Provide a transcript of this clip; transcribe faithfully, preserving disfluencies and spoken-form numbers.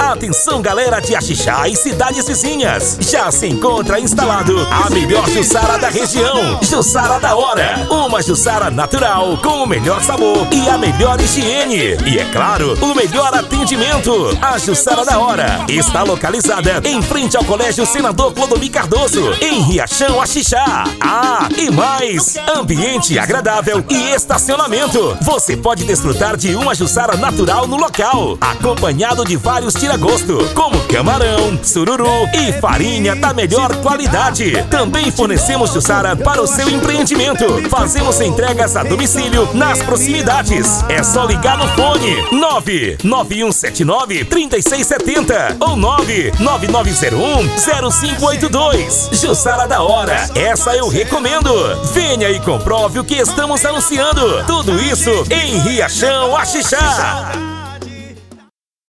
Atenção, galera de Axixá e cidades vizinhas. Já se encontra instalado a melhor Jussara da região. Jussara da Hora. Uma Jussara natural com o melhor sabor e a melhor higiene. E é claro, o melhor atendimento. A Jussara da Hora está localizada em frente ao Colégio Senador Clodomir Cardoso, em Riachão, Axixá. Ah, e mais, ambiente agradável e estacionamento. Você pode desfrutar de uma Jussara natural no local, acompanhado de vários tira-gosto, como camarão, sururu e farinha da melhor qualidade. Também fornecemos Jussara para o seu empreendimento. Fazemos entregas a domicílio nas proximidades. É só ligar no fone nove nove um sete nove, três seis sete zero ou nove nove nove zero um, zero cinco oito dois. Jussara da Hora, essa eu recomendo. Venha e comprove o que estamos anunciando. Tudo isso em Riachão, Axixá.